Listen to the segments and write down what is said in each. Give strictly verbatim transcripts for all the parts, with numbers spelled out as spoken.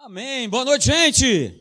Amém. Boa noite, gente.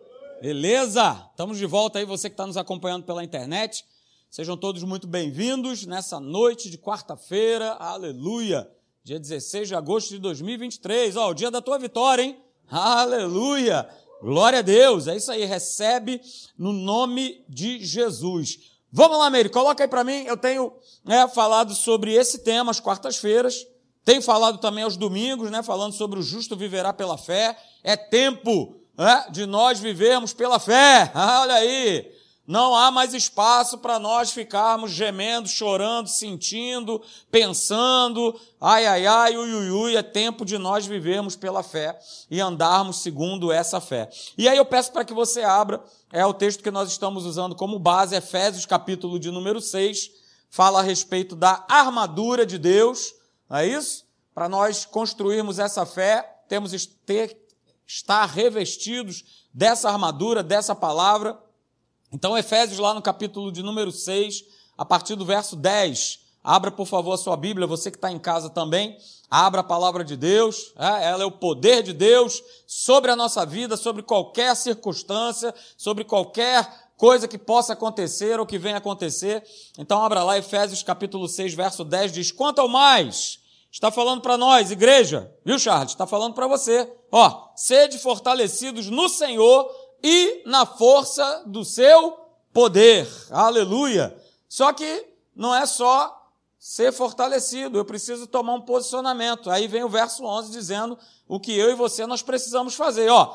Beleza? Estamos de volta aí, você que está nos acompanhando pela internet. Sejam todos muito bem-vindos nessa noite de quarta-feira. Aleluia. Dia dezesseis de agosto de dois mil e vinte e três. Ó, o dia da tua vitória, hein? Aleluia. Glória a Deus. É isso aí. Recebe no nome de Jesus. Vamos lá, Meire. Coloca aí para mim. Eu tenho né, falado sobre esse tema às quartas-feiras. Tenho falado também aos domingos, né, falando sobre o justo viverá pela fé. É tempo né, de nós vivermos pela fé. Ah, olha aí, não há mais espaço para nós ficarmos gemendo, chorando, sentindo, pensando. Ai, ai, ai, ui, ui, ui. É tempo de nós vivermos pela fé e andarmos segundo essa fé. E aí eu peço para que você abra, é o texto que nós estamos usando como base, Efésios, capítulo de número seis, fala a respeito da armadura de Deus. Não é isso? Para nós construirmos essa fé, temos que ter, estar revestidos dessa armadura, dessa palavra. Então, Efésios, lá no capítulo de número seis, a partir do verso dez, abra, por favor, a sua Bíblia, você que está em casa também, abra a palavra de Deus, é, ela é o poder de Deus sobre a nossa vida, sobre qualquer circunstância, sobre qualquer coisa que possa acontecer ou que venha acontecer. Então, abra lá, Efésios, capítulo seis, verso dez, diz, quanto ao mais... Está falando para nós, igreja, viu, Charles? Está falando para você. Ó, sede fortalecidos no Senhor e na força do seu poder. Aleluia. Só que não é só ser fortalecido, eu preciso tomar um posicionamento. Aí vem o verso onze dizendo o que eu e você nós precisamos fazer. Ó,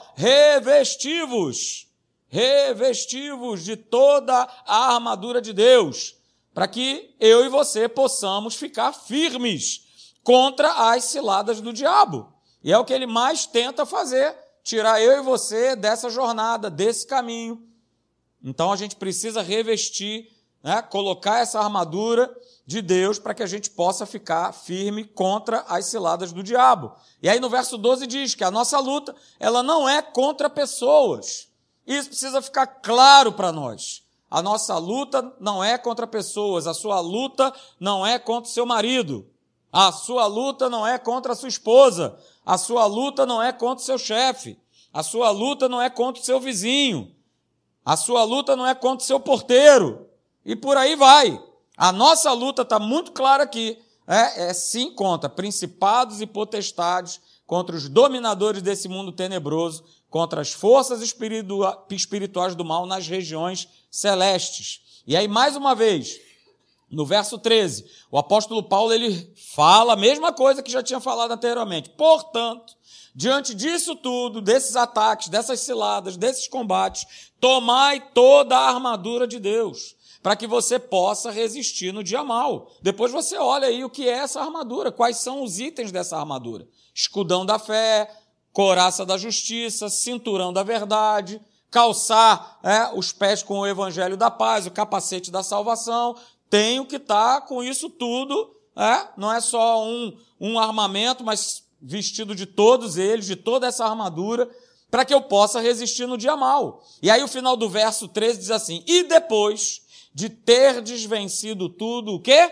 revestivos, revestivos de toda a armadura de Deus, para que eu e você possamos ficar firmes contra as ciladas do diabo. E é o que ele mais tenta fazer, tirar eu e você dessa jornada, desse caminho. Então a gente precisa revestir, né, colocar essa armadura de Deus para que a gente possa ficar firme contra as ciladas do diabo. E aí no verso doze diz que a nossa luta, ela não é contra pessoas. Isso precisa ficar claro para nós. A nossa luta não é contra pessoas, a sua luta não é contra o seu marido. A sua luta não é contra a sua esposa, a sua luta não é contra o seu chefe, a sua luta não é contra o seu vizinho, a sua luta não é contra o seu porteiro, e por aí vai. A nossa luta está muito clara aqui, é, é sim contra principados e potestades, contra os dominadores desse mundo tenebroso, contra as forças espirituais do mal nas regiões celestes. E aí, mais uma vez... No verso treze, o apóstolo Paulo ele fala a mesma coisa que já tinha falado anteriormente. Portanto, diante disso tudo, desses ataques, dessas ciladas, desses combates, tomai toda a armadura de Deus, para que você possa resistir no dia mau. Depois você olha aí o que é essa armadura, quais são os itens dessa armadura. Escudão da fé, couraça da justiça, cinturão da verdade, calçar é, os pés com o evangelho da paz, o capacete da salvação. Tenho que estar com isso tudo, é? Não é só um, um armamento, mas vestido de todos eles, de toda essa armadura, para que eu possa resistir no dia mau. E aí o final do verso treze diz assim, e depois de terdes vencido tudo, o quê?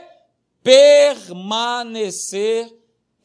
Permanecer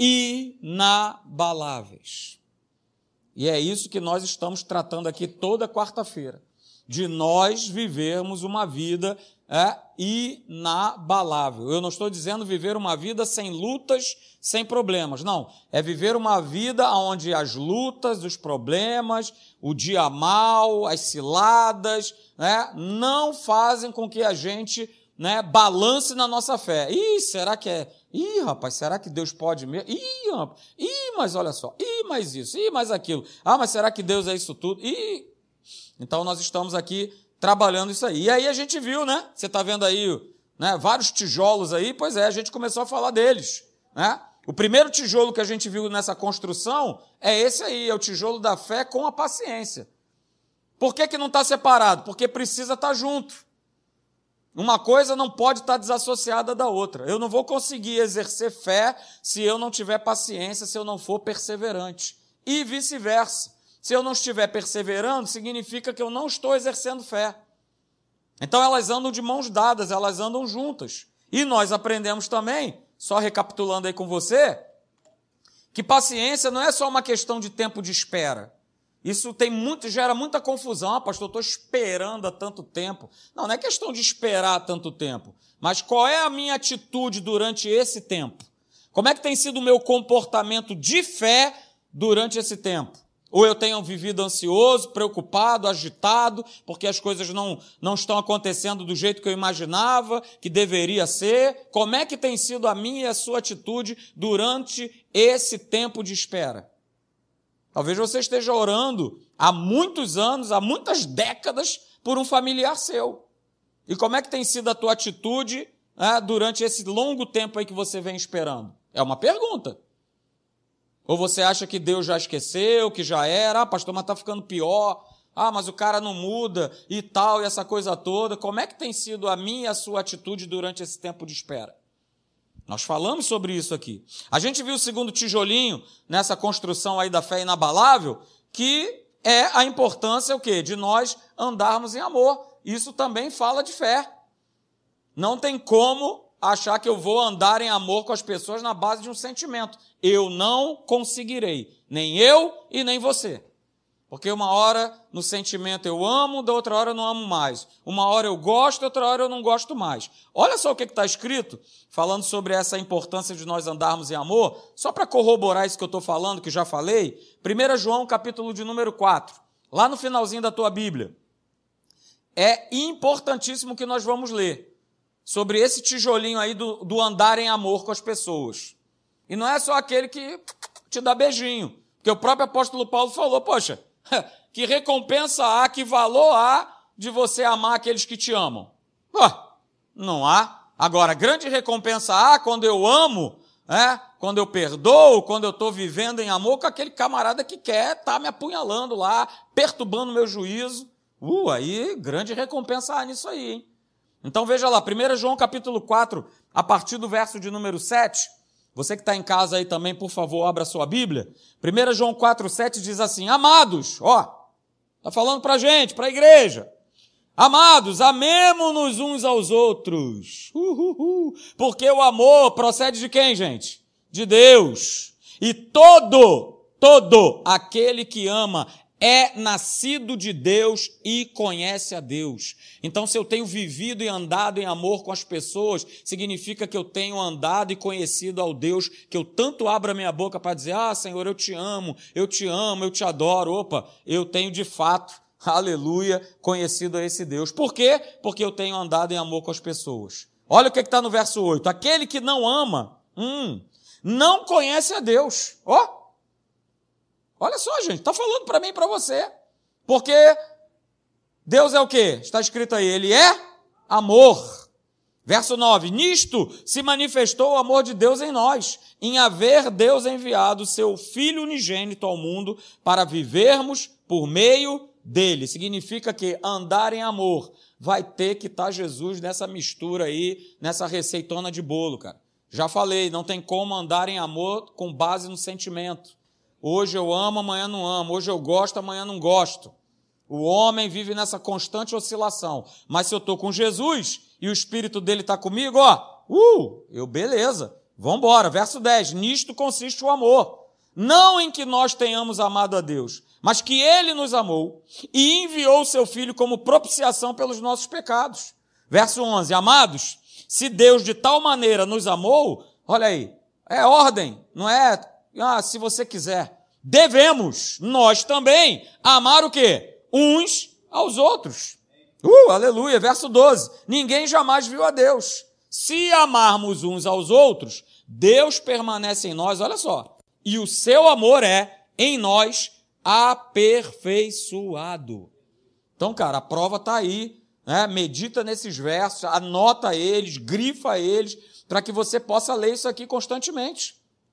inabaláveis. E é isso que nós estamos tratando aqui toda quarta-feira, de nós vivermos uma vida é inabalável. Eu não estou dizendo viver uma vida sem lutas, sem problemas. Não, é viver uma vida onde as lutas, os problemas, o dia mau, as ciladas, né, não fazem com que a gente né, balance na nossa fé. Ih, será que é... Ih, rapaz, será que Deus pode mesmo? Ih, rapaz. Ih, mas olha só. Ih, mais isso. Ih, mais aquilo. Ah, mas será que Deus é isso tudo? Ih... Então nós estamos aqui trabalhando isso aí. E aí a gente viu, né? Você está vendo aí né, vários tijolos aí, pois é, a gente começou a falar deles. Né? O primeiro tijolo que a gente viu nessa construção é esse aí, é o tijolo da fé com a paciência. Por que que não está separado? Porque precisa estar junto. Uma coisa não pode estar desassociada da outra. Eu não vou conseguir exercer fé se eu não tiver paciência, se eu não for perseverante. E vice-versa. Se eu não estiver perseverando, significa que eu não estou exercendo fé. Então elas andam de mãos dadas, elas andam juntas. E nós aprendemos também, só recapitulando aí com você, que paciência não é só uma questão de tempo de espera. Isso tem muito, gera muita confusão. Ah, pastor, eu estou esperando há tanto tempo. Não, não é questão de esperar há tanto tempo, mas qual é a minha atitude durante esse tempo? Como é que tem sido o meu comportamento de fé durante esse tempo? Ou eu tenho vivido ansioso, preocupado, agitado, porque as coisas não, não estão acontecendo do jeito que eu imaginava, que deveria ser? Como é que tem sido a minha e a sua atitude durante esse tempo de espera? Talvez você esteja orando há muitos anos, há muitas décadas, por um familiar seu. E como é que tem sido a tua atitude, né, durante esse longo tempo aí que você vem esperando? É uma pergunta. Ou você acha que Deus já esqueceu, que já era, ah, pastor, mas está ficando pior, ah, mas o cara não muda e tal, e essa coisa toda. Como é que tem sido a minha e a sua atitude durante esse tempo de espera? Nós falamos sobre isso aqui. A gente viu o segundo tijolinho nessa construção aí da fé inabalável, que é a importância o quê? De nós andarmos em amor. Isso também fala de fé. Não tem como achar que eu vou andar em amor com as pessoas na base de um sentimento. Eu não conseguirei, nem eu e nem você. Porque uma hora no sentimento eu amo, da outra hora eu não amo mais. Uma hora eu gosto, outra hora eu não gosto mais. Olha só o que está escrito, falando sobre essa importância de nós andarmos em amor, só para corroborar isso que eu estou falando, que já falei, primeiro João, capítulo de número quatro, lá no finalzinho da tua Bíblia. É importantíssimo que nós vamos ler sobre esse tijolinho aí do, do andar em amor com as pessoas. E não é só aquele que te dá beijinho, porque o próprio apóstolo Paulo falou, poxa, que recompensa há, que valor há de você amar aqueles que te amam? Pô, não há. Agora, grande recompensa há quando eu amo, é, quando eu perdoo, quando eu estou vivendo em amor com aquele camarada que quer estar tá me apunhalando lá, perturbando o meu juízo. Uh, aí, grande recompensa há nisso aí, hein? Então veja lá, primeiro João capítulo quatro, a partir do verso de número sete, você que está em casa aí também, por favor, abra a sua Bíblia. primeiro João quatro, sete diz assim, amados, ó, está falando para a gente, para a igreja, amados, amemo-nos uns aos outros, uhuhu, porque o amor procede de quem, gente? De Deus. E todo, todo aquele que ama é nascido de Deus e conhece a Deus. Então, se eu tenho vivido e andado em amor com as pessoas, significa que eu tenho andado e conhecido ao Deus que eu tanto abro a minha boca para dizer, ah, Senhor, eu te amo, eu te amo, eu te adoro. Opa, eu tenho de fato, aleluia, conhecido a esse Deus. Por quê? Porque eu tenho andado em amor com as pessoas. Olha o que está no verso oito. Aquele que não ama, hum, não conhece a Deus. Ó, oh, olha só, gente, está falando para mim e para você. Porque Deus é o quê? Está escrito aí, Ele é amor. Verso nove, nisto se manifestou o amor de Deus em nós, em haver Deus enviado seu Filho unigênito ao mundo para vivermos por meio dele. Significa que andar em amor vai ter que estar Jesus nessa mistura aí, nessa receitona de bolo, cara. Já falei, não tem como andar em amor com base no sentimento. Hoje eu amo, amanhã não amo. Hoje eu gosto, amanhã não gosto. O homem vive nessa constante oscilação. Mas se eu estou com Jesus e o Espírito dele está comigo, ó, uh, eu, beleza, vamos embora. Verso dez, nisto consiste o amor. Não em que nós tenhamos amado a Deus, mas que Ele nos amou e enviou o Seu Filho como propiciação pelos nossos pecados. Verso onze, amados, se Deus de tal maneira nos amou, olha aí, é ordem, não é... Ah, se você quiser, devemos nós também amar o quê? Uns aos outros. Uh, aleluia, verso doze. Ninguém jamais viu a Deus. Se amarmos uns aos outros, Deus permanece em nós, olha só, e o seu amor é, em nós, aperfeiçoado. Então, cara, a prova está aí, né? Medita nesses versos, anota eles, grifa eles, para que você possa ler isso aqui constantemente.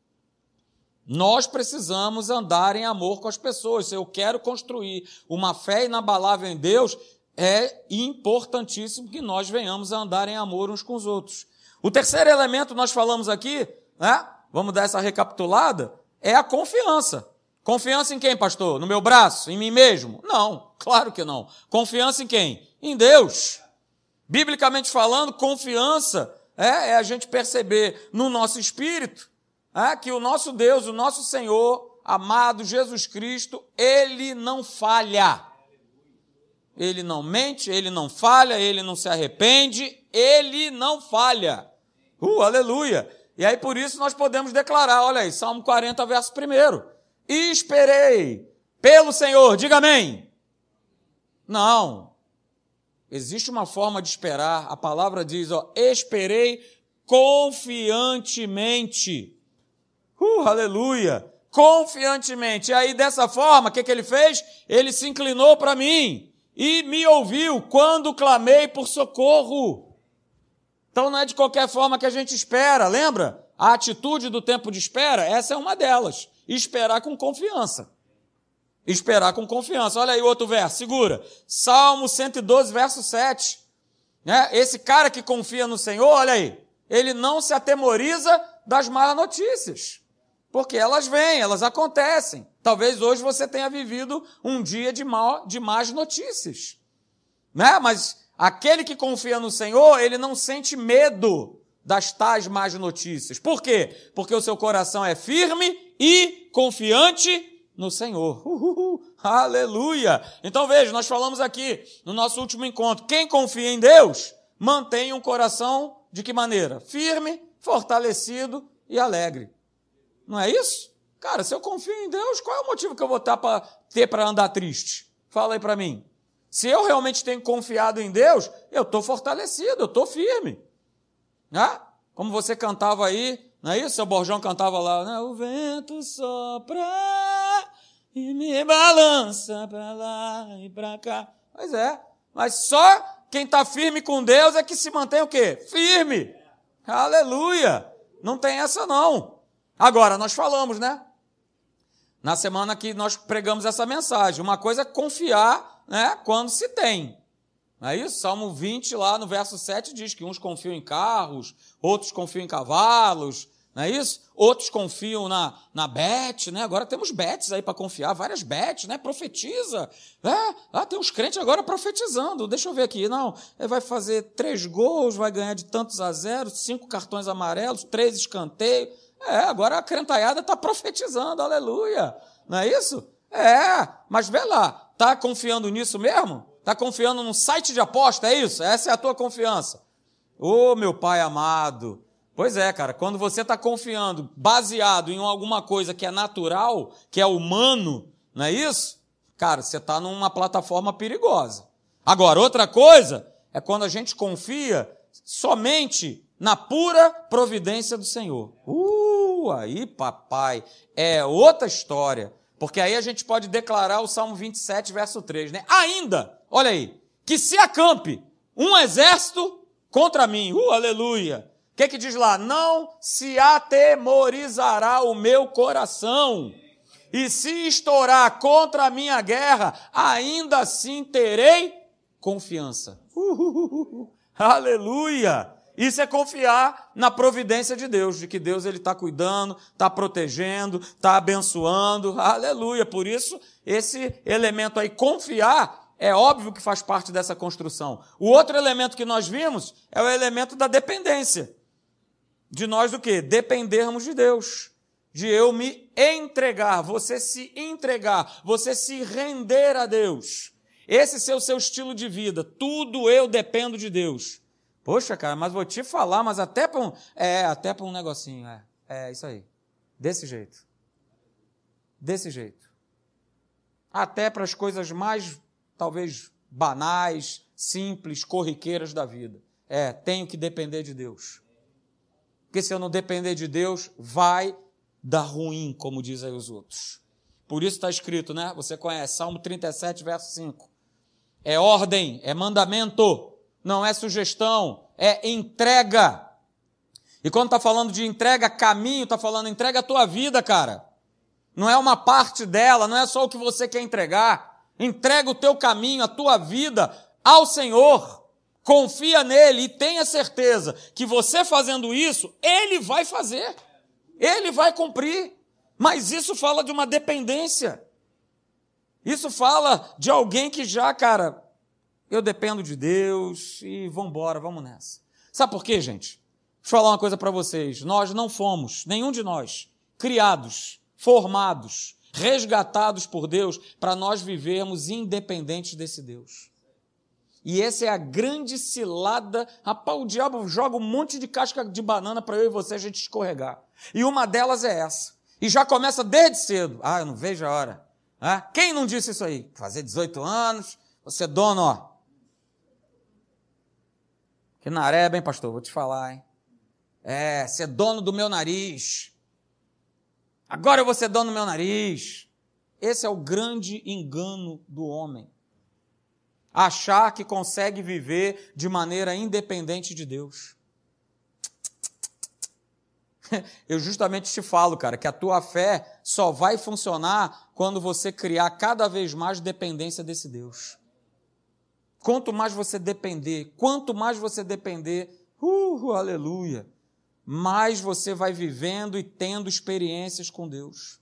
Nós precisamos andar em amor com as pessoas. Se eu quero construir uma fé inabalável em Deus, é importantíssimo que nós venhamos a andar em amor uns com os outros. O terceiro elemento nós falamos aqui, né? Vamos dar essa recapitulada, é a confiança. Confiança em quem, pastor? No meu braço? Em mim mesmo? Não, claro que não. Confiança em quem? Em Deus. Biblicamente falando, confiança é, é a gente perceber no nosso espírito, É, que o nosso Deus, o nosso Senhor, amado, Jesus Cristo, ele não falha. Ele não mente, ele não falha, ele não se arrepende, ele não falha. Uh, aleluia! E aí por isso nós podemos declarar, olha aí, Salmo quarenta, verso primeiro. Esperei pelo Senhor, diga amém. Não. Existe uma forma de esperar, a palavra diz, ó, esperei confiantemente. Uh, aleluia! Confiantemente. E aí dessa forma, o que, que ele fez? Ele se inclinou para mim e me ouviu quando clamei por socorro. Então não é de qualquer forma que a gente espera, lembra? A atitude do tempo de espera, essa é uma delas. Esperar com confiança. Esperar com confiança. Olha aí outro verso, segura. Salmo cento e doze, verso sete. Né? Esse cara que confia no Senhor, olha aí, ele não se atemoriza das más notícias. Porque elas vêm, elas acontecem. Talvez hoje você tenha vivido um dia de, mal, de más notícias. Né? Mas aquele que confia no Senhor, ele não sente medo das tais más notícias. Por quê? Porque o seu coração é firme e confiante no Senhor. Uhul, aleluia! Então veja, nós falamos aqui no nosso último encontro, quem confia em Deus, mantém um coração de que maneira? Firme, fortalecido e alegre. Não é isso? Cara, se eu confio em Deus, qual é o motivo que eu vou ter para andar triste? Fala aí para mim. Se eu realmente tenho confiado em Deus, eu estou fortalecido, eu estou firme. Né? Como você cantava aí, não é isso? Seu Borjão cantava lá, né? O vento sopra e me balança para lá e para cá. Pois é, mas só quem está firme com Deus é que se mantém o quê? Firme. Aleluia. Não tem essa não. Agora, nós falamos, né? Na semana que nós pregamos essa mensagem, uma coisa é confiar, né, quando se tem. Não é isso? Salmo vinte, lá no verso sete, diz que uns confiam em carros, outros confiam em cavalos, não é isso? Outros confiam na, na bet, né? Agora temos bets aí para confiar, várias bets, né? Profetiza. É, ah, tem uns crentes agora profetizando. Deixa eu ver aqui. Não, ele vai fazer três gols, vai ganhar de tantos a zero, cinco cartões amarelos, três escanteios. É, agora a crentaiada está profetizando, aleluia. Não é isso? É, mas vê lá, está confiando nisso mesmo? Está confiando num site de aposta, é isso? Essa é a tua confiança. Ô, meu Pai amado. Pois é, cara, quando você está confiando baseado em alguma coisa que é natural, que é humano, não é isso? Cara, você está numa plataforma perigosa. Agora, outra coisa é quando a gente confia somente na pura providência do Senhor. Uh, aí, papai, é outra história. Porque aí a gente pode declarar o Salmo vinte e sete, verso três, né? Ainda, olha aí, que se acampe um exército contra mim. Uh, aleluia. O que que diz lá? Não se atemorizará o meu coração. E se estourar contra a minha guerra, ainda assim terei confiança. Uh, aleluia. Isso é confiar na providência de Deus, de que Deus ele está cuidando, está protegendo, está abençoando. Aleluia. Por isso, esse elemento aí, confiar, é óbvio que faz parte dessa construção. O outro elemento que nós vimos é o elemento da dependência. De nós do quê? Dependermos de Deus. De eu me entregar, você se entregar, você se render a Deus. Esse ser o seu estilo de vida. Tudo eu dependo de Deus. Poxa, cara, mas vou te falar, mas até para um... É, até para um negocinho, é. É isso aí. Desse jeito. Desse jeito. Até para as coisas mais, talvez, banais, simples, corriqueiras da vida. É, tenho que depender de Deus. Porque se eu não depender de Deus, vai dar ruim, como dizem os outros. Por isso está escrito, né? Você conhece, Salmo trinta e sete, verso cinco. É ordem, é mandamento. Não é sugestão, é entrega. E quando está falando de entrega, caminho, está falando entrega a tua vida, cara. Não é uma parte dela, não é só o que você quer entregar. Entrega o teu caminho, a tua vida ao Senhor. Confia nele e tenha certeza que você fazendo isso, ele vai fazer. Ele vai cumprir. Mas isso fala de uma dependência. Isso fala de alguém que já, cara... Eu dependo de Deus e vamos embora, vamos nessa. Sabe por quê, gente? Deixa eu falar uma coisa para vocês. Nós não fomos, nenhum de nós, criados formados, resgatados por Deus, para nós vivermos independentes desse Deus. E essa é a grande cilada. Rapaz, o diabo joga um monte de casca de banana para eu e você a gente escorregar. E uma delas é essa. E já começa desde cedo. Ah, eu não vejo a hora. Ah, quem não disse isso aí? Fazer dezoito anos, você é dono, ó. Que nareba, hein, pastor? Vou te falar, hein? É, ser dono do meu nariz. Agora eu vou ser dono do meu nariz. Esse é o grande engano do homem. Achar que consegue viver de maneira independente de Deus. Eu justamente te falo, cara, que a tua fé só vai funcionar quando você criar cada vez mais dependência desse Deus. Quanto mais você depender, quanto mais você depender, uh, aleluia, mais você vai vivendo e tendo experiências com Deus.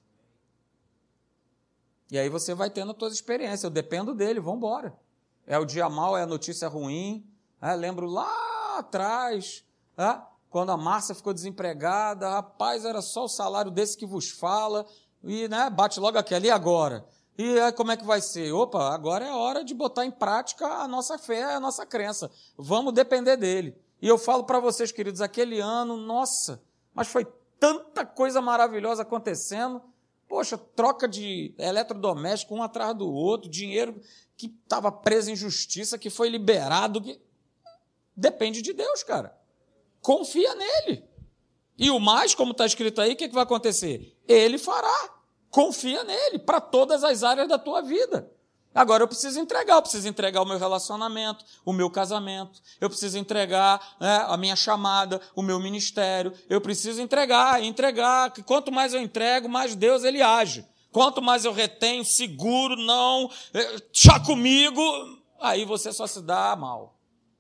E aí você vai tendo as suas experiências. Eu dependo dele, vamos embora. É o dia mau, é a notícia ruim. É, lembro lá atrás, é, quando a Márcia ficou desempregada, rapaz, era só o salário desse que vos fala, e né, bate logo aqui, ali agora. E aí como é que vai ser? Opa, agora é hora de botar em prática a nossa fé, a nossa crença. Vamos depender dele. E eu falo para vocês, queridos, aquele ano, nossa, mas foi tanta coisa maravilhosa acontecendo. Poxa, troca de eletrodoméstico um atrás do outro, dinheiro que estava preso em justiça, que foi liberado. Que... Depende de Deus, cara. Confia nele. E o mais, como está escrito aí, o que, que vai acontecer? Ele fará. Confia nele para todas as áreas da tua vida. Agora eu preciso entregar, eu preciso entregar o meu relacionamento, o meu casamento, eu preciso entregar né, a minha chamada, o meu ministério, eu preciso entregar, entregar, quanto mais eu entrego, mais Deus ele age. Quanto mais eu retenho, seguro, não, chá comigo, aí você só se dá mal.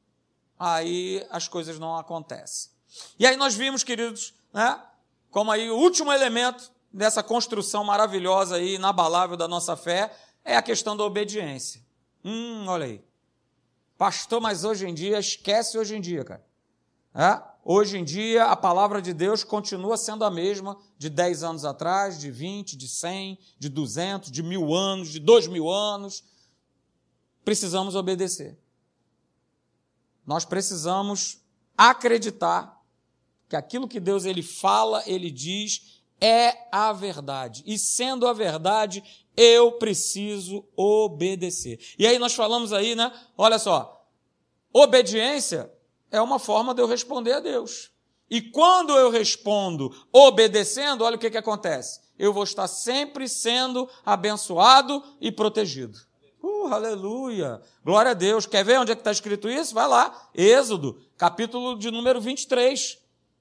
Aí as coisas não acontecem. E aí nós vimos, queridos, né, como aí o último elemento dessa construção maravilhosa e inabalável da nossa fé, é a questão da obediência. Hum, olha aí. Pastor, mas hoje em dia, esquece hoje em dia, cara. É? Hoje em dia, a palavra de Deus continua sendo a mesma de dez anos atrás, de vinte, de cem, de duzentos, de mil anos, de dois mil anos. Precisamos obedecer. Nós precisamos acreditar que aquilo que Deus ele fala, ele diz, é a verdade. E sendo a verdade, eu preciso obedecer. E aí nós falamos aí, né? Olha só, obediência é uma forma de eu responder a Deus. E quando eu respondo obedecendo, olha o que, que acontece. Eu vou estar sempre sendo abençoado e protegido. Uh, aleluia! Glória a Deus. Quer ver onde é que está escrito isso? Vai lá. Êxodo, capítulo de número vinte e três.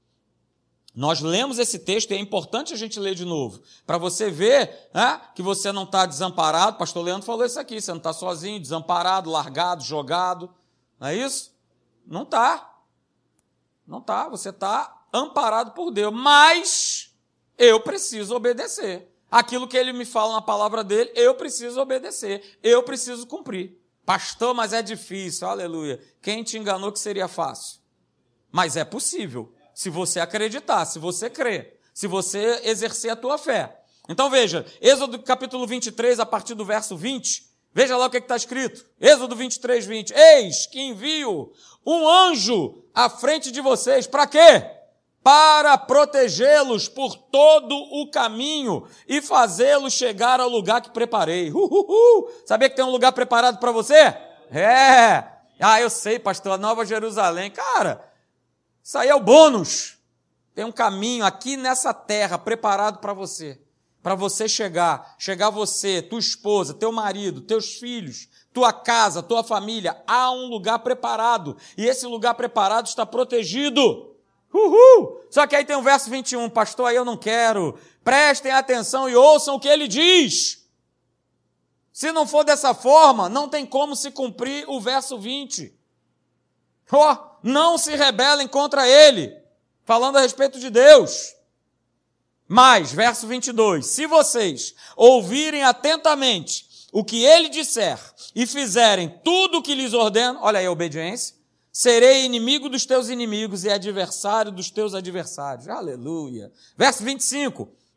Nós lemos esse texto e é importante a gente ler de novo, para você ver né, que você não está desamparado. Pastor Leandro falou isso aqui, você não está sozinho, desamparado, largado, jogado. Não é isso? Não está. Não está, você está amparado por Deus. Mas eu preciso obedecer. Aquilo que ele me fala na palavra dele, eu preciso obedecer. Eu preciso cumprir. Pastor, mas é difícil, aleluia. Quem te enganou que seria fácil? Mas é possível. Se você acreditar, se você crer, se você exercer a tua fé. Então veja, Êxodo capítulo vinte e três, a partir do verso vinte, veja lá o que está escrito. Êxodo vinte e três, vinte. Eis que envio um anjo à frente de vocês. Para quê? Para protegê-los por todo o caminho e fazê-los chegar ao lugar que preparei. Uh, uh, uh. Sabia que tem um lugar preparado para você? É. Ah, eu sei, pastor, a Nova Jerusalém. Cara... Isso aí é o bônus. Tem um caminho aqui nessa terra preparado para você. Para você chegar. Chegar você, tua esposa, teu marido, teus filhos, tua casa, tua família. Há um lugar preparado. E esse lugar preparado está protegido. Uhul! Só que aí tem o verso vinte e um. Pastor, aí eu não quero. Prestem atenção e ouçam o que ele diz. Se não for dessa forma, não tem como se cumprir o verso vinte. Ó, oh, não se rebelem contra ele, falando a respeito de Deus. Mas, verso vinte e dois, se vocês ouvirem atentamente o que ele disser e fizerem tudo o que lhes ordeno, olha aí a obediência, serei inimigo dos teus inimigos e adversário dos teus adversários. Aleluia. Verso vinte e cinco,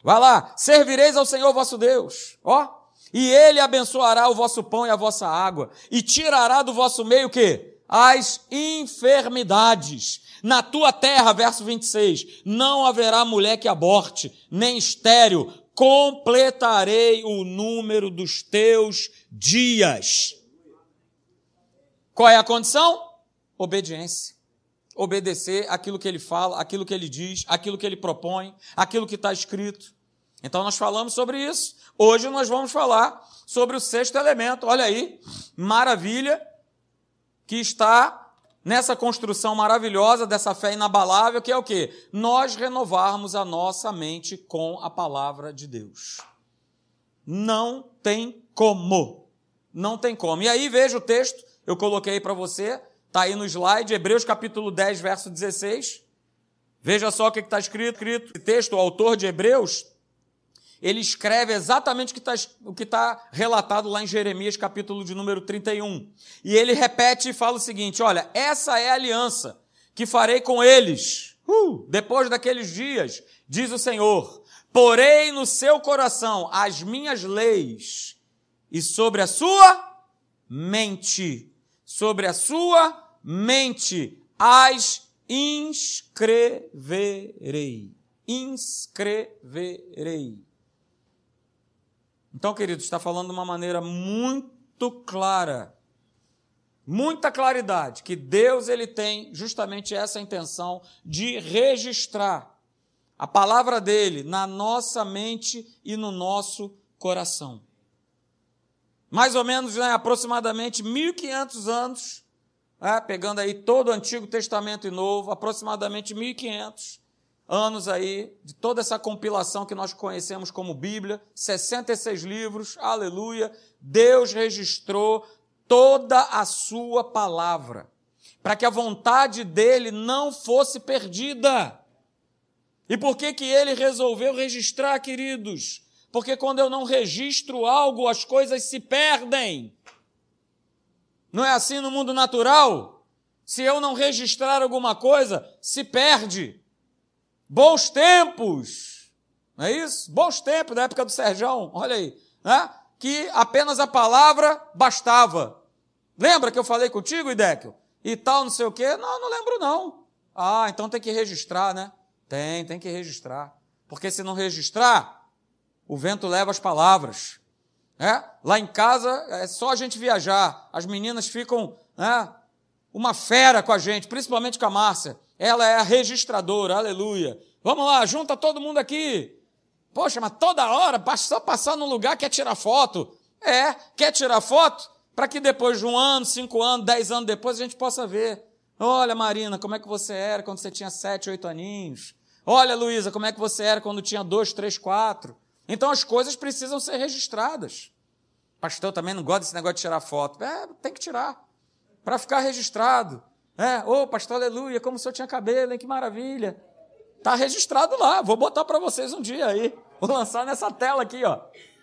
Vai lá, servireis ao Senhor vosso Deus, ó, e Ele abençoará o vosso pão e a vossa água, e tirará do vosso meio o quê? As enfermidades. Na tua terra, verso vinte e seis, não haverá mulher que aborte, nem estéril, completarei o número dos teus dias. Qual é a condição? Obediência. Obedecer aquilo que ele fala, aquilo que ele diz, aquilo que ele propõe, aquilo que está escrito. Então nós falamos sobre isso. Hoje nós vamos falar sobre o sexto elemento. Olha aí, maravilha, que está nessa construção maravilhosa dessa fé inabalável, que é o quê? Nós renovarmos a nossa mente com a palavra de Deus. Não tem como. Não tem como. E aí veja o texto, eu coloquei para você, está aí no slide, Hebreus capítulo dez, verso dezesseis. Veja só o que está escrito. Esse texto, o autor de Hebreus, ele escreve exatamente o que está o que está relatado lá em Jeremias, capítulo de número trinta e um. E ele repete e fala o seguinte, olha, essa é a aliança que farei com eles, uh, depois daqueles dias, diz o Senhor, porei no seu coração as minhas leis e sobre a sua mente, sobre a sua mente as inscreverei. Inscreverei. Então, queridos, está falando de uma maneira muito clara, muita claridade, que Deus ele tem justamente essa intenção de registrar a palavra dele na nossa mente e no nosso coração. Mais ou menos, né, aproximadamente mil e quinhentos anos, é, pegando aí todo o Antigo Testamento e Novo, aproximadamente mil e quinhentos anos aí, de toda essa compilação que nós conhecemos como Bíblia, sessenta e seis livros, aleluia, Deus registrou toda a sua palavra, para que a vontade dele não fosse perdida. E por que que ele resolveu registrar, queridos? Porque quando eu não registro algo, as coisas se perdem. Não é assim no mundo natural? Se eu não registrar alguma coisa, se perde. Bons tempos, não é isso? Bons tempos, da época do Serjão, olha aí, né? Que apenas a palavra bastava. Lembra que eu falei contigo, Idéquio? E tal, não sei o quê? Não, não lembro não. Ah, então tem que registrar, né? Tem, tem que registrar. Porque se não registrar, o vento leva as palavras. É? Lá em casa, é só a gente viajar. As meninas ficam, né, uma fera com a gente, principalmente com a Márcia. Ela é a registradora, aleluia. Vamos lá, junta todo mundo aqui. Poxa, mas toda hora, só passar num lugar, quer tirar foto. É, quer tirar foto? Para que depois de um ano, cinco anos, dez anos depois, a gente possa ver. Olha, Marina, como é que você era quando você tinha sete, oito aninhos. Olha, Luísa, como é que você era quando tinha dois, três, quatro. Então, as coisas precisam ser registradas. Pastor, eu também não gosto desse negócio de tirar foto. É, tem que tirar, para ficar registrado. É, ô, oh, pastor, aleluia, como o senhor tinha cabelo, hein, que maravilha. Está registrado lá, vou botar para vocês um dia aí. Vou lançar nessa tela aqui, ó.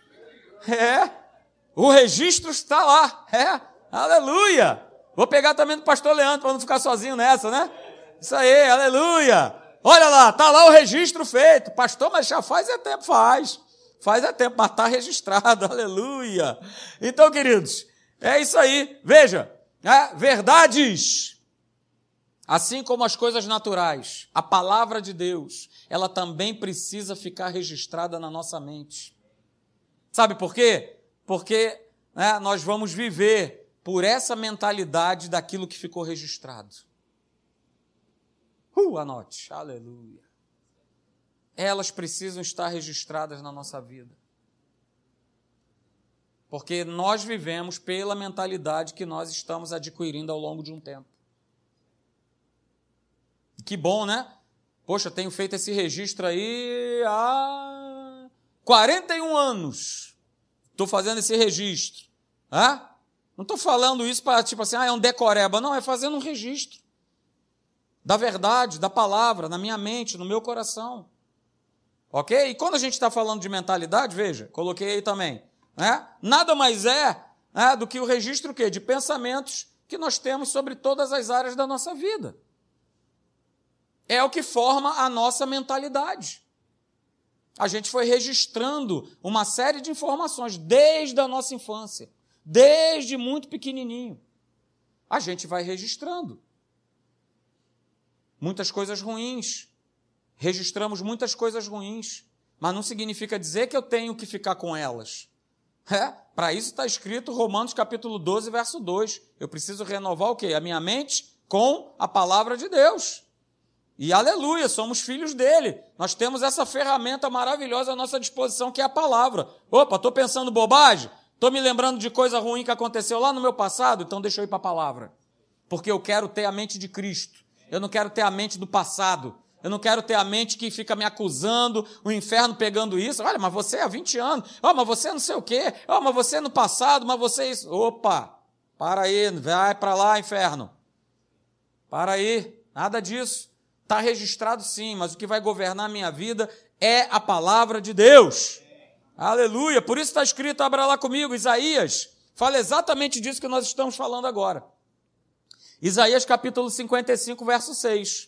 É, o registro está lá. É, aleluia. Vou pegar também do pastor Leandro, para não ficar sozinho nessa, né? Isso aí, aleluia. Olha lá, está lá o registro feito. Pastor, mas já faz é tempo, faz. Faz é tempo, mas está registrado, aleluia. Então, queridos, é isso aí. Veja, é, verdades. Assim como as coisas naturais, a palavra de Deus, ela também precisa ficar registrada na nossa mente. Sabe por quê? Porque, né, nós vamos viver por essa mentalidade daquilo que ficou registrado. Uh, anote, aleluia. Elas precisam estar registradas na nossa vida. Porque nós vivemos pela mentalidade que nós estamos adquirindo ao longo de um tempo. Que bom, né? Poxa, eu tenho feito esse registro aí há quarenta e um anos. Estou fazendo esse registro. Hã? Não estou falando isso para, tipo assim, ah, é um decoreba. Não, é fazendo um registro da verdade, da palavra, na minha mente, no meu coração. Ok? E quando a gente está falando de mentalidade, veja, coloquei aí também, né? Nada mais é, né, do que o registro o quê? De pensamentos que nós temos sobre todas as áreas da nossa vida. É o que forma a nossa mentalidade. A gente foi registrando uma série de informações desde a nossa infância, desde muito pequenininho. A gente vai registrando. Muitas coisas ruins. Registramos muitas coisas ruins, mas não significa dizer que eu tenho que ficar com elas. É, para isso está escrito Romanos capítulo doze, verso dois. Eu preciso renovar o quê? A minha mente com a palavra de Deus. E aleluia, somos filhos dele. Nós temos essa ferramenta maravilhosa à nossa disposição, que é a palavra. Opa, estou pensando bobagem? Estou me lembrando de coisa ruim que aconteceu lá no meu passado? Então deixa eu ir para a palavra. Porque eu quero ter a mente de Cristo. Eu não quero ter a mente do passado. Eu não quero ter a mente que fica me acusando, o inferno pegando isso. Olha, mas você há vinte anos. Oh, mas você não sei o quê. Oh, mas você no passado, mas você isso. Opa, para aí, vai para lá, inferno. Para aí, nada disso. Está registrado sim, mas o que vai governar a minha vida é a palavra de Deus. Aleluia. Por isso está escrito, abra lá comigo, Isaías. Fala exatamente disso que nós estamos falando agora. Isaías capítulo cinquenta e cinco, verso seis.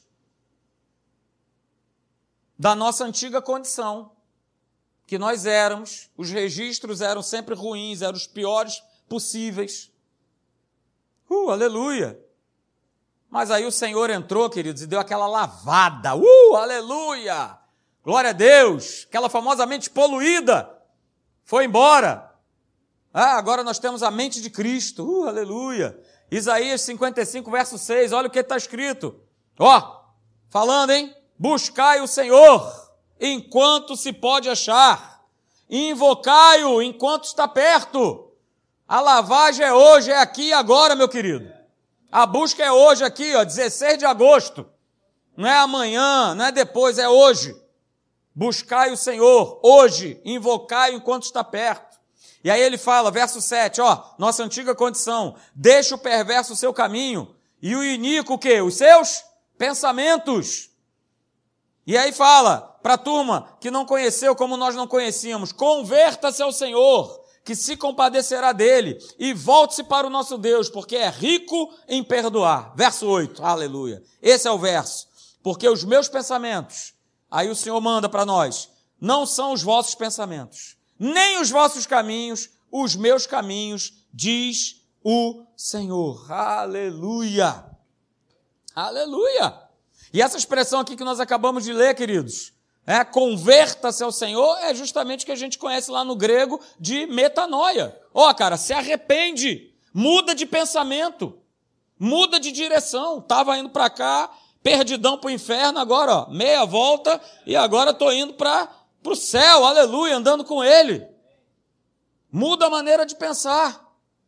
Da nossa antiga condição, que nós éramos, os registros eram sempre ruins, eram os piores possíveis. Uh, aleluia! Mas aí o Senhor entrou, queridos, e deu aquela lavada. Uh, aleluia! Glória a Deus! Aquela famosa mente poluída foi embora. Ah, agora nós temos a mente de Cristo. Uh, aleluia! Isaías cinquenta e cinco, verso seis, olha o que está escrito. Ó, falando, hein? Buscai o Senhor enquanto se pode achar, invocai-o enquanto está perto. A lavagem é hoje, é aqui e agora, meu querido. A busca é hoje aqui, ó, dezesseis de agosto. Não é amanhã, não é depois, é hoje. Buscai o Senhor hoje, invocai-o enquanto está perto. E aí ele fala, verso sete, ó, nossa antiga condição, deixa o perverso o seu caminho e o iníquo o quê? Os seus pensamentos. E aí fala para a turma que não conheceu como nós não conhecíamos, converta-se ao Senhor, que se compadecerá dele, e volte-se para o nosso Deus, porque é rico em perdoar. Verso oito, aleluia. Esse é o verso. Porque os meus pensamentos, aí o Senhor manda para nós, não são os vossos pensamentos, nem os vossos caminhos, os meus caminhos, diz o Senhor. Aleluia. Aleluia. E essa expressão aqui que nós acabamos de ler, queridos, é, converta-se ao Senhor, é justamente o que a gente conhece lá no grego de metanoia. Ó, oh, cara, se arrepende, muda de pensamento, muda de direção. Estava indo para cá, perdidão para o inferno, agora, ó, meia volta, e agora estou indo para o céu, aleluia, andando com ele. Muda a maneira de pensar.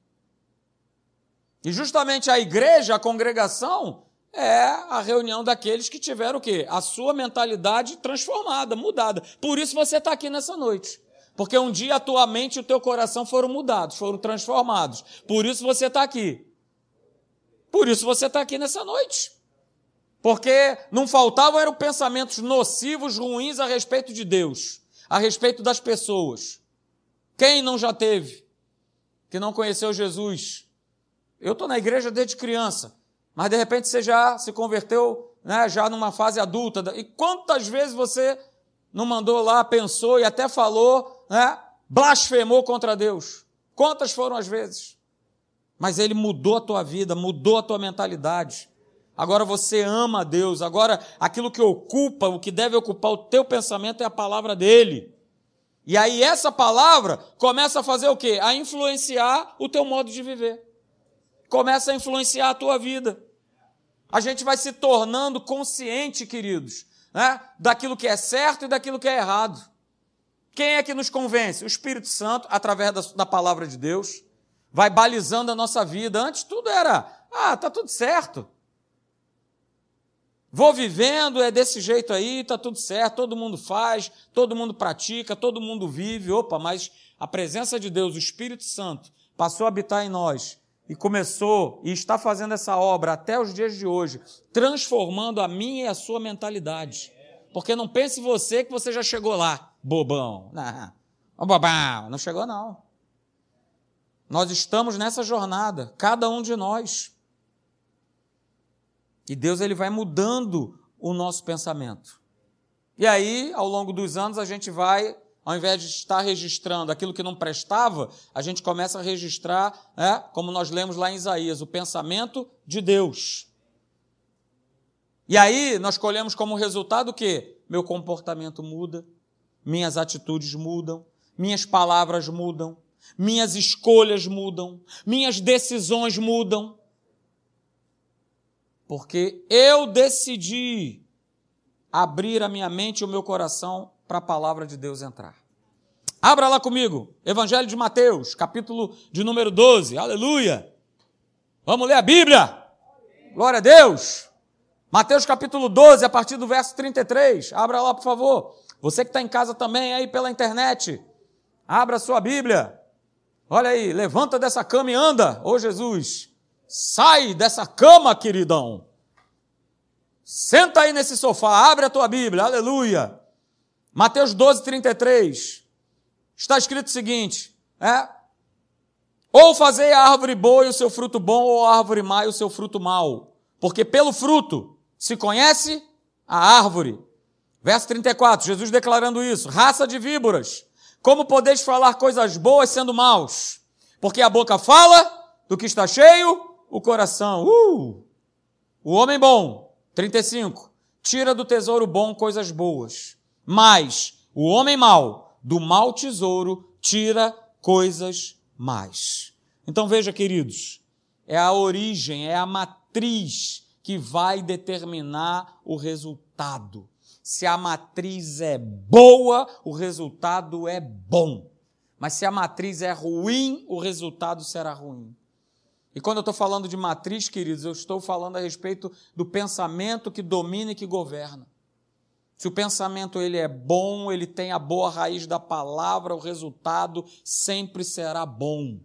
E justamente a igreja, a congregação, é a reunião daqueles que tiveram o quê? A sua mentalidade transformada, mudada. Por isso você está aqui nessa noite. Porque um dia a tua mente e o teu coração foram mudados, foram transformados. Por isso você está aqui. Por isso você está aqui nessa noite. Porque não faltavam eram pensamentos nocivos, ruins a respeito de Deus, a respeito das pessoas. Quem não já teve? Que não conheceu Jesus? Eu estou na igreja desde criança. Mas, de repente, você já se converteu, né, já numa fase adulta. E quantas vezes você não mandou lá, pensou e até falou, né, blasfemou contra Deus? Quantas foram as vezes? Mas Ele mudou a tua vida, mudou a tua mentalidade. Agora você ama a Deus. Agora aquilo que ocupa, o que deve ocupar o teu pensamento é a palavra dEle. E aí essa palavra começa a fazer o quê? A influenciar o teu modo de viver. Começa a influenciar a tua vida. A gente vai se tornando consciente, queridos, né, daquilo que é certo e daquilo que é errado. Quem é que nos convence? O Espírito Santo, através da, da palavra de Deus, vai balizando a nossa vida. Antes tudo era, ah, está tudo certo. Vou vivendo, é desse jeito aí, está tudo certo, todo mundo faz, todo mundo pratica, todo mundo vive. Opa, mas a presença de Deus, o Espírito Santo, passou a habitar em nós. E começou, e está fazendo essa obra até os dias de hoje, transformando a minha e a sua mentalidade. Porque não pense você que você já chegou lá, bobão. Não, bobão, não chegou não. Nós estamos nessa jornada, cada um de nós. E Deus ele vai mudando o nosso pensamento. E aí, ao longo dos anos, a gente vai, ao invés de estar registrando aquilo que não prestava, a gente começa a registrar, né, como nós lemos lá em Isaías, o pensamento de Deus. E aí, nós colhemos como resultado o quê? Meu comportamento muda, minhas atitudes mudam, minhas palavras mudam, minhas escolhas mudam, minhas decisões mudam. Porque eu decidi abrir a minha mente e o meu coração para a palavra de Deus entrar. Abra lá comigo, Evangelho de Mateus, capítulo de número doze, aleluia! Vamos ler a Bíblia, glória a Deus! Mateus capítulo doze, a partir do verso trinta e três, abra lá por favor. Você que está em casa também, aí pela internet, abra a sua Bíblia. Olha aí, levanta dessa cama e anda, ô Jesus. Sai dessa cama, queridão. Senta aí nesse sofá, abre a tua Bíblia, aleluia. Mateus doze, trinta e três, está escrito o seguinte, é? Ou fazei a árvore boa e o seu fruto bom, ou a árvore má e o seu fruto mau. Porque pelo fruto se conhece a árvore. Verso trinta e quatro, Jesus declarando isso. Raça de víboras, como podeis falar coisas boas sendo maus? Porque a boca fala do que está cheio o coração. Uh! O homem bom, trinta e cinco, tira do tesouro bom coisas boas. Mas o homem mau, do mau tesouro, tira coisas más. Então veja, queridos, é a origem, é a matriz que vai determinar o resultado. Se a matriz é boa, o resultado é bom. Mas se a matriz é ruim, o resultado será ruim. E quando eu estou falando de matriz, queridos, eu estou falando a respeito do pensamento que domina e que governa. Se o pensamento ele é bom, ele tem a boa raiz da palavra, o resultado sempre será bom.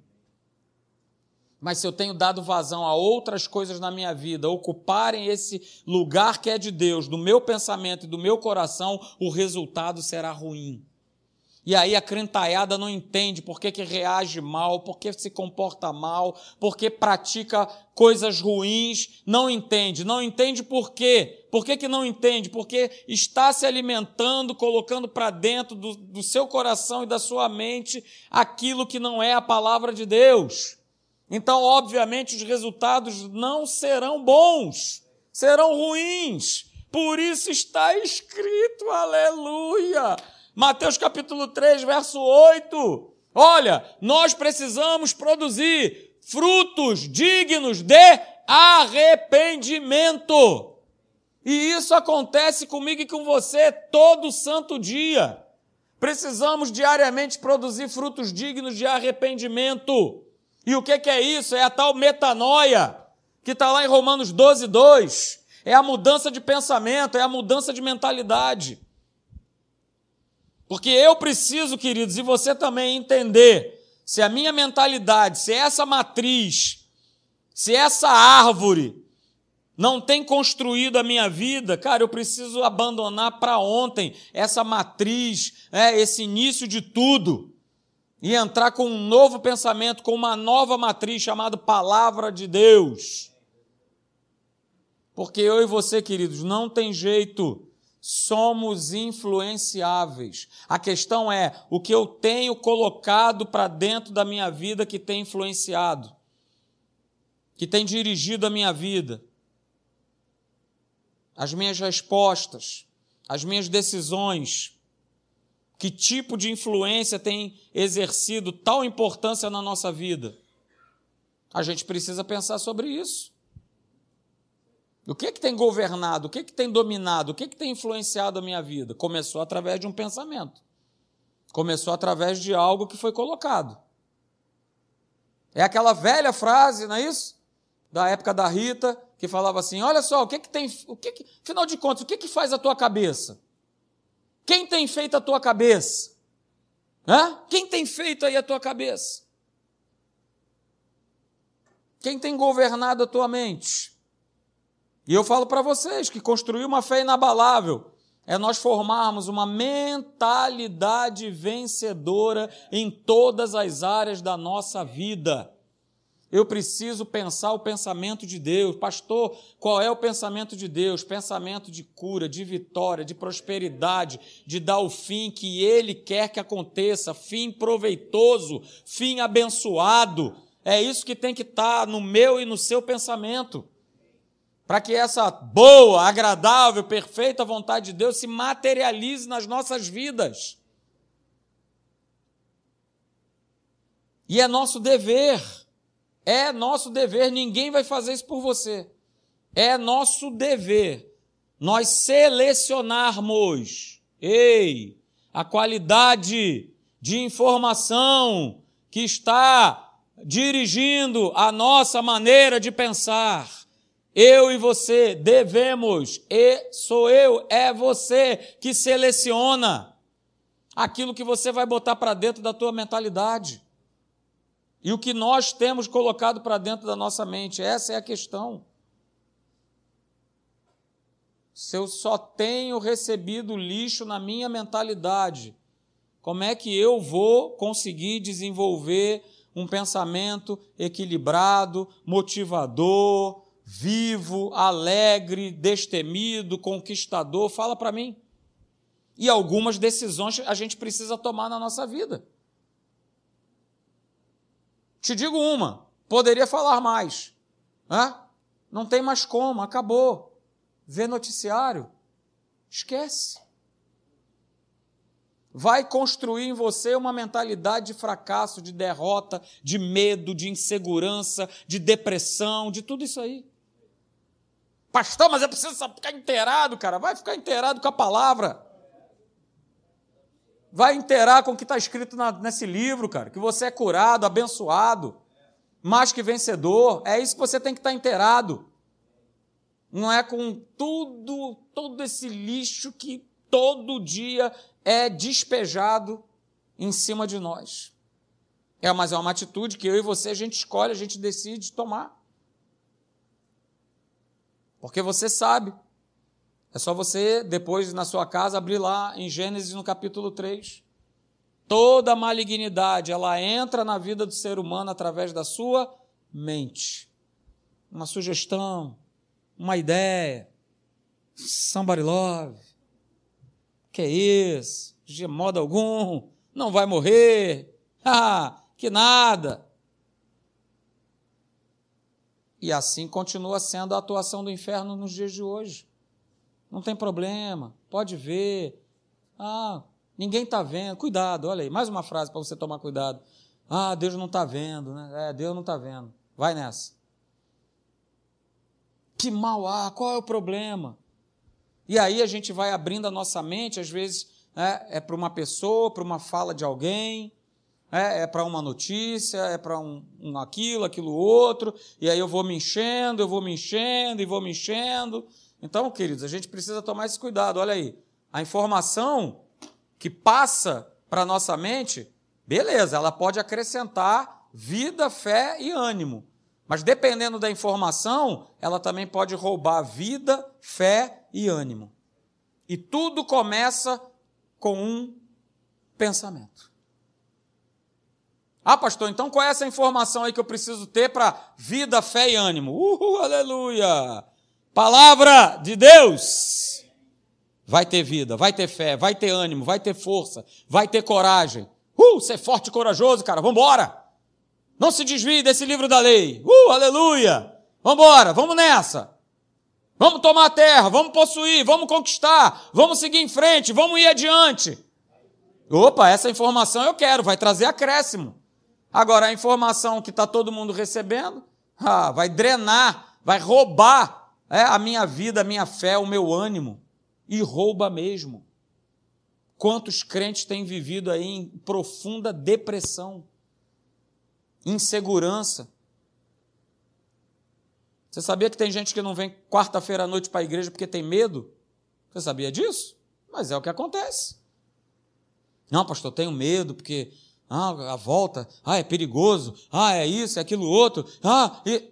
Mas se eu tenho dado vazão a outras coisas na minha vida, ocuparem esse lugar que é de Deus, do meu pensamento e do meu coração, o resultado será ruim. E aí a crentaiada não entende por que que reage mal, por que se comporta mal, por que pratica coisas ruins, não entende. Não entende por quê? Por que que não entende? Porque está se alimentando, colocando para dentro do, do seu coração e da sua mente aquilo que não é a palavra de Deus. Então, obviamente, os resultados não serão bons, serão ruins. Por isso está escrito, aleluia! Mateus capítulo três, verso oito. Olha, nós precisamos produzir frutos dignos de arrependimento. E isso acontece comigo e com você todo santo dia. Precisamos diariamente produzir frutos dignos de arrependimento. E o que que é isso? É a tal metanoia, que está lá em Romanos doze, dois. É a mudança de pensamento, é a mudança de mentalidade. Porque eu preciso, queridos, e você também entender, se a minha mentalidade, se essa matriz, se essa árvore não tem construído a minha vida, cara, eu preciso abandonar para ontem essa matriz, é, esse início de tudo, e entrar com um novo pensamento, com uma nova matriz chamada Palavra de Deus. Porque eu e você, queridos, não tem jeito, somos influenciáveis. A questão é o que eu tenho colocado para dentro da minha vida que tem influenciado, que tem dirigido a minha vida. As minhas respostas, as minhas decisões, que tipo de influência tem exercido tal importância na nossa vida? A gente precisa pensar sobre isso. O que é que tem governado, o que é que tem dominado, o que é que tem influenciado a minha vida? Começou através de um pensamento. Começou através de algo que foi colocado. É aquela velha frase, não é isso? Da época da Rita, que falava assim, olha só, o que é que tem, o que é que, afinal de contas, o que é que faz a tua cabeça? Quem tem feito a tua cabeça? Hã? Quem tem feito aí a tua cabeça? Quem tem governado a tua mente? E eu falo para vocês que construir uma fé inabalável é nós formarmos uma mentalidade vencedora em todas as áreas da nossa vida. Eu preciso pensar o pensamento de Deus. Pastor, qual é o pensamento de Deus? Pensamento de cura, de vitória, de prosperidade, de dar o fim que Ele quer que aconteça, fim proveitoso, fim abençoado. É isso que tem que estar no meu e no seu pensamento, para que essa boa, agradável, perfeita vontade de Deus se materialize nas nossas vidas. E é nosso dever. É nosso dever, ninguém vai fazer isso por você. É nosso dever nós selecionarmos, ei, a qualidade de informação que está dirigindo a nossa maneira de pensar. Eu e você devemos, e sou eu, é você que seleciona aquilo que você vai botar para dentro da tua mentalidade. E o que nós temos colocado para dentro da nossa mente, essa é a questão. Se eu só tenho recebido lixo na minha mentalidade, como é que eu vou conseguir desenvolver um pensamento equilibrado, motivador, vivo, alegre, destemido, conquistador? Fala para mim. E algumas decisões a gente precisa tomar na nossa vida. Te digo uma, poderia falar mais. Né? Não tem mais como, acabou. Vê noticiário, esquece. Vai construir em você uma mentalidade de fracasso, de derrota, de medo, de insegurança, de depressão, de tudo isso aí. Pastor, mas eu preciso ficar inteirado, cara. Vai ficar inteirado com a palavra. Vai inteirar com o que está escrito na, nesse livro, cara, que você é curado, abençoado, mais que vencedor. É isso que você tem que estar inteirado. Não é com tudo, todo esse lixo que todo dia é despejado em cima de nós. É, mas é uma atitude que eu e você, a gente escolhe, a gente decide tomar. Porque você sabe. É só você, depois, na sua casa, abrir lá em Gênesis, no capítulo três. Toda malignidade, ela entra na vida do ser humano através da sua mente. Uma sugestão, uma ideia. Somebody love. Que é isso? De modo algum. Não vai morrer. Ah, que nada. E assim continua sendo a atuação do inferno nos dias de hoje. Não tem problema, pode ver. Ah, ninguém está vendo. Cuidado, olha aí, mais uma frase para você tomar cuidado. Ah, Deus não está vendo, né? É, Deus não está vendo. Vai nessa. Que mal há, qual é o problema? E aí a gente vai abrindo a nossa mente, às vezes é, é para uma pessoa, para uma fala de alguém, é, é para uma notícia, é para um, um aquilo, aquilo outro, e aí eu vou me enchendo, eu vou me enchendo e vou me enchendo. Então, queridos, a gente precisa tomar esse cuidado. Olha aí, a informação que passa para a nossa mente, beleza, ela pode acrescentar vida, fé e ânimo. Mas dependendo da informação, ela também pode roubar vida, fé e ânimo. E tudo começa com um pensamento. Ah, pastor, então qual é essa informação aí que eu preciso ter para vida, fé e ânimo? Uhul, aleluia! Palavra de Deus. Vai ter vida, vai ter fé, vai ter ânimo, vai ter força, vai ter coragem. Uh, ser forte e corajoso, cara, vamos embora. Não se desvie desse livro da lei. Uh, aleluia. Vamos embora, vamos nessa. Vamos tomar a terra, vamos possuir, vamos conquistar, vamos seguir em frente, vamos ir adiante. Opa, essa informação eu quero, vai trazer acréscimo. Agora, a informação que está todo mundo recebendo, ah, vai drenar, vai roubar É a minha vida, a minha fé, o meu ânimo. E rouba mesmo. Quantos crentes têm vivido aí em profunda depressão, insegurança? Você sabia que tem gente que não vem quarta-feira à noite para a igreja porque tem medo? Você sabia disso? Mas é o que acontece. Não, pastor, eu tenho medo porque ah, a volta, ah, é perigoso, ah, é isso, é aquilo outro, ah, e...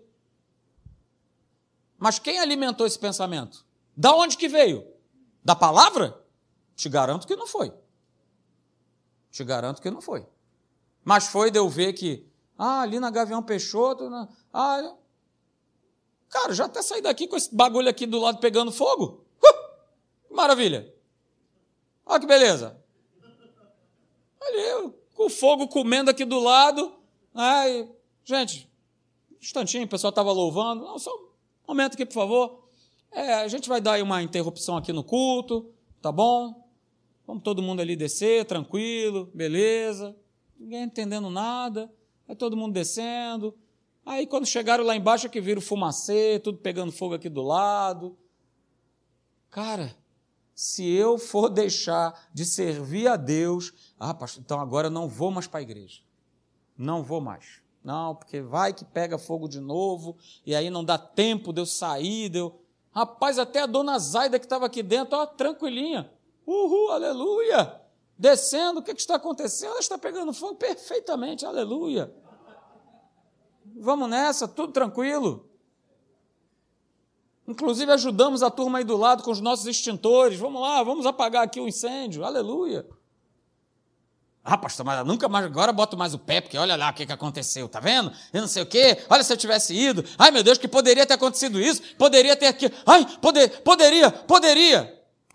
Mas quem alimentou esse pensamento? Da onde que veio? Da palavra? Te garanto que não foi. Te garanto que não foi. Mas foi de eu ver que Ah, ali na Gavião Peixoto. Na... Ah, cara, já até saí daqui com esse bagulho aqui do lado pegando fogo. Uh, maravilha. Olha que beleza. Ali, com o fogo comendo aqui do lado. Ai, gente, um instantinho, o pessoal estava louvando. Não, só um momento aqui, por favor. É, a gente vai dar aí uma interrupção aqui no culto, tá bom? Vamos todo mundo ali descer, tranquilo, beleza. Ninguém entendendo nada. Aí todo mundo descendo. Aí quando chegaram lá embaixo é que viram fumacê, tudo pegando fogo aqui do lado. Cara, se eu for deixar de servir a Deus, ah, pastor, então agora eu não vou mais para a igreja. Não vou mais. Não, porque vai que pega fogo de novo, e aí não dá tempo de eu sair, de eu... Rapaz, até a dona Zaida que estava aqui dentro, ó, tranquilinha. Uhul, aleluia. Descendo, o que, que está acontecendo? Ela está pegando fogo perfeitamente, aleluia. Vamos nessa, tudo tranquilo. Inclusive ajudamos a turma aí do lado com os nossos extintores. Vamos lá, vamos apagar aqui o incêndio, aleluia. Ah, pastor, mas nunca mais, agora boto mais o pé, porque olha lá o que, que aconteceu, tá vendo? Eu não sei o quê, olha se eu tivesse ido. Ai, meu Deus, que poderia ter acontecido isso, poderia ter aqui. Ai, poder, poderia, poderia.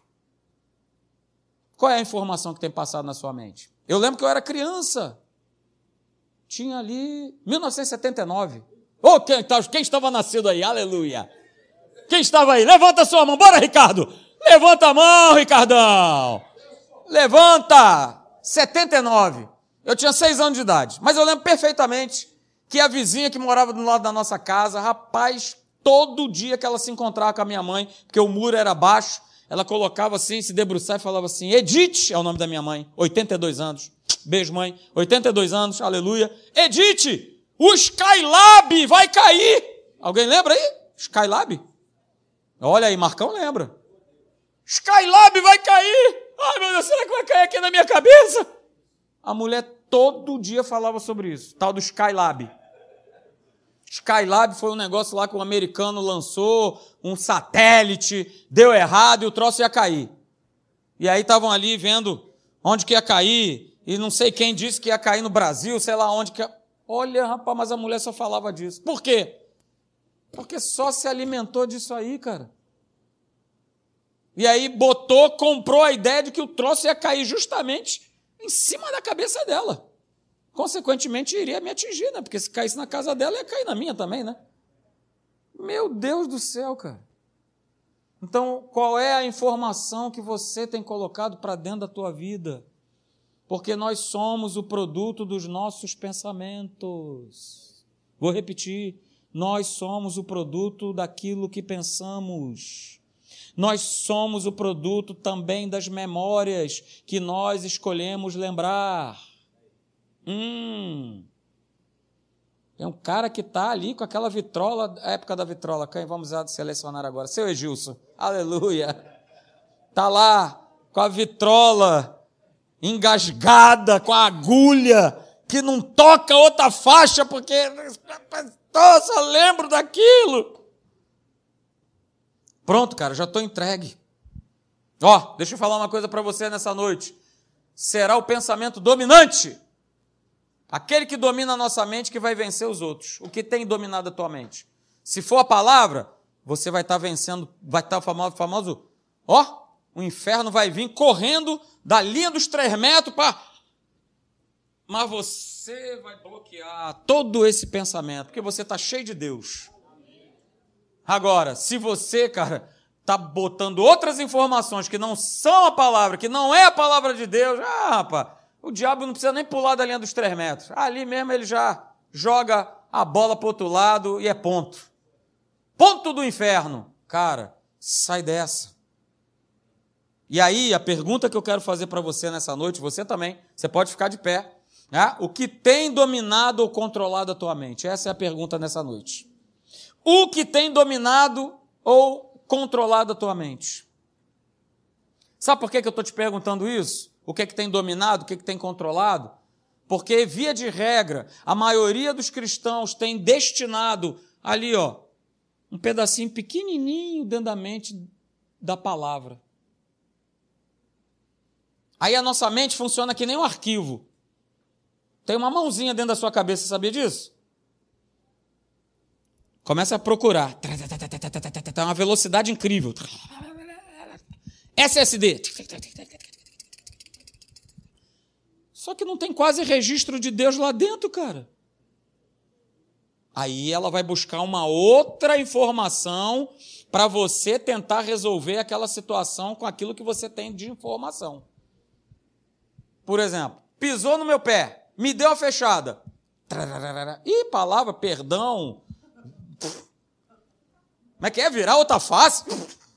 Qual é a informação que tem passado na sua mente? Eu lembro que eu era criança. Tinha ali mil novecentos e setenta e nove. Oh, quem, quem estava nascido aí? Aleluia. Quem estava aí? Levanta a sua mão. Bora, Ricardo. Levanta a mão, Ricardão. Levanta. setenta e nove. Eu tinha seis anos de idade. Mas eu lembro perfeitamente que a vizinha que morava do lado da nossa casa, rapaz, todo dia que ela se encontrava com a minha mãe, porque o muro era baixo, ela colocava assim, se debruçar e falava assim, Edith, é o nome da minha mãe, oitenta e dois anos. Beijo, mãe. oitenta e dois anos, aleluia. Edith, o Skylab vai cair. Alguém lembra aí? Skylab? Olha aí, Marcão lembra. Skylab vai cair. Ai, meu Deus, será que vai cair aqui na minha cabeça? A mulher todo dia falava sobre isso, tal do Skylab. Skylab foi um negócio lá que o americano lançou, um satélite, deu errado e o troço ia cair. E aí estavam ali vendo onde que ia cair, e não sei quem disse que ia cair no Brasil, sei lá onde que ia... Olha, rapaz, mas a mulher só falava disso. Por quê? Porque só se alimentou disso aí, cara. E aí botou, comprou a ideia de que o troço ia cair justamente em cima da cabeça dela. Consequentemente, iria me atingir, né? Porque se caísse na casa dela, ia cair na minha também, né? Meu Deus do céu, cara. Então, qual é a informação que você tem colocado para dentro da tua vida? Porque nós somos o produto dos nossos pensamentos. Vou repetir. Nós somos o produto daquilo que pensamos. Nós somos o produto também das memórias que nós escolhemos lembrar. Hum. Tem um cara que está ali com aquela vitrola, a época da vitrola, quem vamos selecionar agora? Seu Egilson, aleluia. Está lá com a vitrola engasgada, com a agulha, que não toca outra faixa, porque, nossa, lembro daquilo. Pronto, cara, já estou entregue. Ó, deixa eu falar uma coisa para você nessa noite. Será o pensamento dominante. Aquele que domina a nossa mente que vai vencer os outros. O que tem dominado a tua mente? Se for a palavra, você vai estar vencendo, vai estar famoso, famoso, ó, o inferno vai vir correndo da linha dos três metros para... Mas você vai bloquear todo esse pensamento, porque você está cheio de Deus. Agora, se você, cara, está botando outras informações que não são a palavra, que não é a palavra de Deus, ah, rapaz, o diabo não precisa nem pular da linha dos três metros. Ali mesmo ele já joga a bola para o outro lado e é ponto. Ponto do inferno. Cara, sai dessa. E aí, a pergunta que eu quero fazer para você nessa noite, você também, você pode ficar de pé. Né? O que tem dominado ou controlado a tua mente? Essa é a pergunta nessa noite. O que tem dominado ou controlado a tua mente? Sabe por que eu estou te perguntando isso? O que é que tem dominado, o que é que tem controlado? Porque, via de regra, a maioria dos cristãos tem destinado ali, ó, um pedacinho pequenininho dentro da mente da palavra. Aí a nossa mente funciona que nem um arquivo. Tem uma mãozinha dentro da sua cabeça, sabia disso? Começa a procurar. Tá uma velocidade incrível. S S D. Só que não tem quase registro de Deus lá dentro, cara. Aí ela vai buscar uma outra informação para você tentar resolver aquela situação com aquilo que você tem de informação. Por exemplo, pisou no meu pé, me deu a fechada. Ih, palavra, perdão. Como é que é? Virar outra face?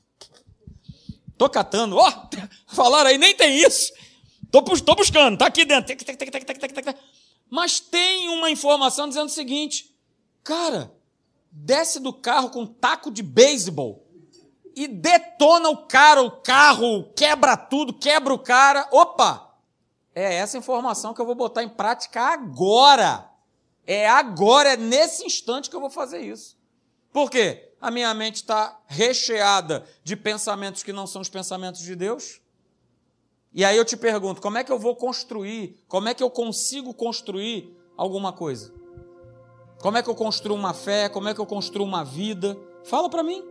Tô catando. Ó, oh, falaram aí, nem tem isso. Tô, tô buscando, tá aqui dentro. Mas tem uma informação dizendo o seguinte: cara, desce do carro com um taco de beisebol e detona o cara, o carro, quebra tudo, quebra o cara. Opa! É essa informação que eu vou botar em prática agora. É agora, é nesse instante que eu vou fazer isso. Por quê? A minha mente está recheada de pensamentos que não são os pensamentos de Deus. E aí eu te pergunto, como é que eu vou construir, como é que eu consigo construir alguma coisa? Como é que eu construo uma fé? Como é que eu construo uma vida? Fala para mim.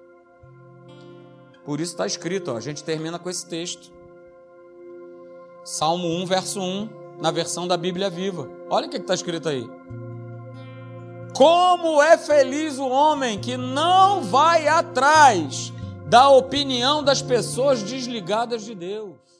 Por isso está escrito, ó, a gente termina com esse texto. Salmo um, verso um, na versão da Bíblia Viva. Olha o que está escrito aí. Como é feliz o homem que não vai atrás da opinião das pessoas desligadas de Deus.